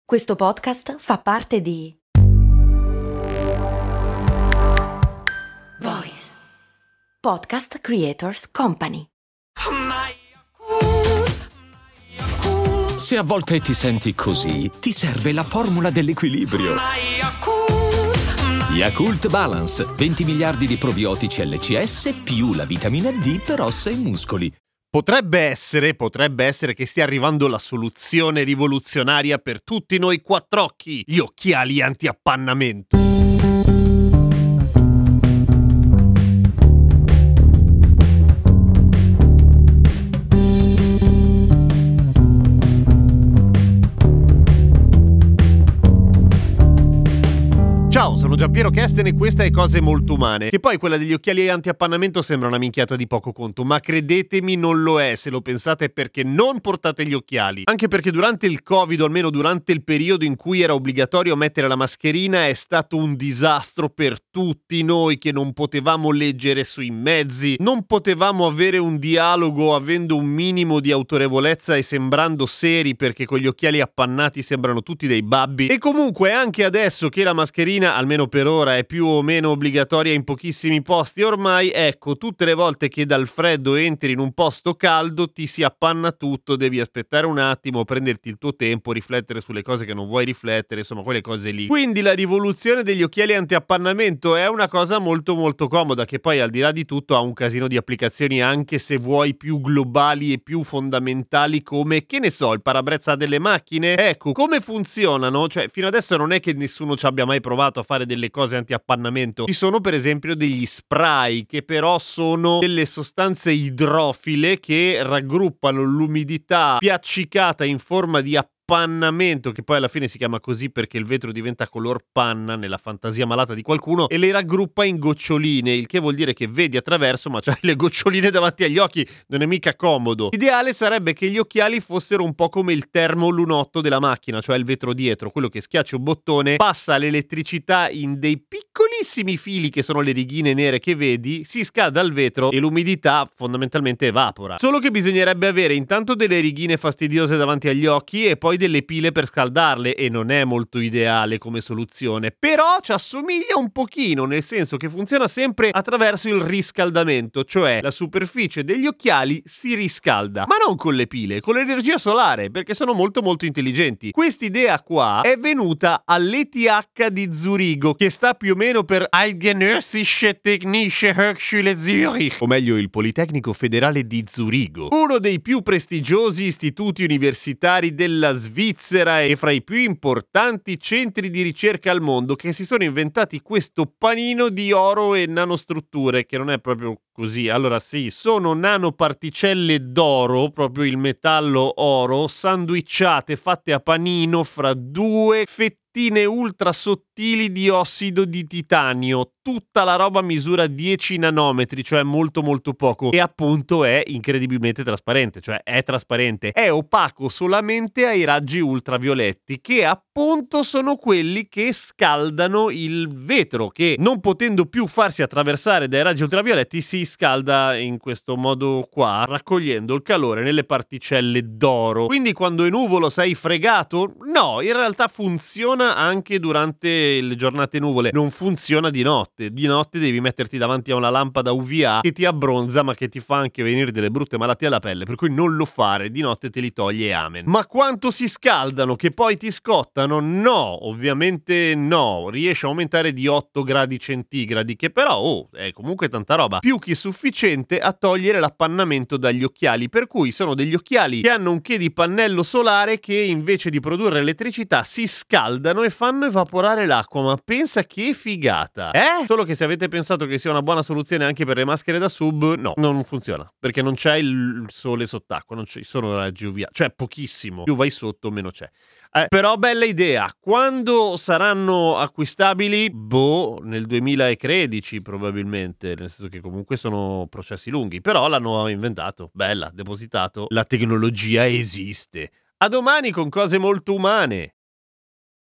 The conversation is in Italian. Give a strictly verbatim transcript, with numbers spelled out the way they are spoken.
Questo podcast fa parte di Voice Podcast Creators Company. Se a volte ti senti così, ti serve la formula dell'equilibrio. Yakult Balance, venti miliardi di probiotici L C S più la vitamina D per ossa e muscoli. Potrebbe essere, potrebbe essere che stia arrivando la soluzione rivoluzionaria per tutti noi quattrocchi, gli occhiali anti-appannamento. Ciao, sono Giampiero Kesten e questa è Cose Molto Umane. Che poi quella degli occhiali anti-appannamento sembra una minchiata di poco conto, ma credetemi non lo è, se lo pensate, perché non portate gli occhiali. Anche perché durante il Covid, o almeno durante il periodo in cui era obbligatorio mettere la mascherina, è stato un disastro per tutti noi che non potevamo leggere sui mezzi, non potevamo avere un dialogo avendo un minimo di autorevolezza e sembrando seri, perché con gli occhiali appannati sembrano tutti dei babbi. E comunque anche adesso che la mascherina, almeno per ora, è più o meno obbligatoria in pochissimi posti ormai, ecco, tutte le volte che dal freddo entri in un posto caldo ti si appanna tutto, devi aspettare un attimo, prenderti il tuo tempo, riflettere sulle cose che non vuoi riflettere, insomma quelle cose lì. Quindi la rivoluzione degli occhiali anti-appannamento è una cosa molto molto comoda, che poi al di là di tutto ha un casino di applicazioni, anche se vuoi più globali e più fondamentali, come, che ne so, il parabrezza delle macchine. Ecco, come funzionano? Cioè, fino adesso non è che nessuno ci abbia mai provato a fare delle cose anti-appannamento. Ci sono per esempio degli spray, che però sono delle sostanze idrofile che raggruppano l'umidità piaccicata in forma di appannamento, che poi alla fine si chiama così perché il vetro diventa color panna nella fantasia malata di qualcuno, e le raggruppa in goccioline, il che vuol dire che vedi attraverso ma c'hai le goccioline davanti agli occhi, non è mica comodo. L'ideale sarebbe che gli occhiali fossero un po' come il termolunotto della macchina, cioè il vetro dietro, quello che schiaccia un bottone, passa l'elettricità in dei piccolissimi fili che sono le righine nere che vedi, si scalda il vetro e l'umidità fondamentalmente evapora. Solo che bisognerebbe avere intanto delle righine fastidiose davanti agli occhi e poi delle pile per scaldarle, e non è molto ideale come soluzione, però ci assomiglia un pochino, nel senso che funziona sempre attraverso il riscaldamento, cioè la superficie degli occhiali si riscalda, ma non con le pile, con l'energia solare, perché sono molto molto intelligenti. Quest'idea qua è venuta all'E T H di Zurigo, che sta più o meno per Eidgenössische Technische Hochschule Zürich, o meglio il Politecnico Federale di Zurigo, uno dei più prestigiosi istituti universitari della Svizzera e fra i più importanti centri di ricerca al mondo, che si sono inventati questo panino di oro e nanostrutture, che non è proprio così. Allora sì, sono nanoparticelle d'oro, proprio il metallo oro, sandwicciate, fatte a panino fra due fettine ultra sottili di ossido di titanio. Tutta la roba misura dieci nanometri, cioè molto molto poco, e appunto è incredibilmente trasparente, cioè è trasparente, è opaco solamente ai raggi ultravioletti, che appunto sono quelli che scaldano il vetro, che non potendo più farsi attraversare dai raggi ultravioletti si scalda in questo modo qua, raccogliendo il calore nelle particelle d'oro. Quindi quando è nuvolo sei fregato? No, in realtà funziona anche durante le giornate nuvole, non funziona di notte. Di notte devi metterti davanti a una lampada U V A che ti abbronza, ma che ti fa anche venire delle brutte malattie alla pelle, per cui non lo fare, di notte te li toglie e amen. Ma quanto si scaldano, che poi ti scottano? No, ovviamente no, riesce a aumentare di otto gradi centigradi, che però, oh, è comunque tanta roba, più che sufficiente a togliere l'appannamento dagli occhiali, per cui sono degli occhiali che hanno un che di pannello solare, che invece di produrre elettricità si scaldano e fanno evaporare l'acqua. Ma pensa che figata, eh? Solo che se avete pensato che sia una buona soluzione anche per le maschere da sub, no, non funziona, perché non c'è il sole sott'acqua, non ci sono raggi U V A, cioè pochissimo, più vai sotto meno c'è. Eh, però bella idea. Quando saranno acquistabili? Boh, nel duemilatredici probabilmente, nel senso che comunque sono processi lunghi, però l'hanno inventato, bella, depositato, la tecnologia esiste. A domani con Cose Molto Umane.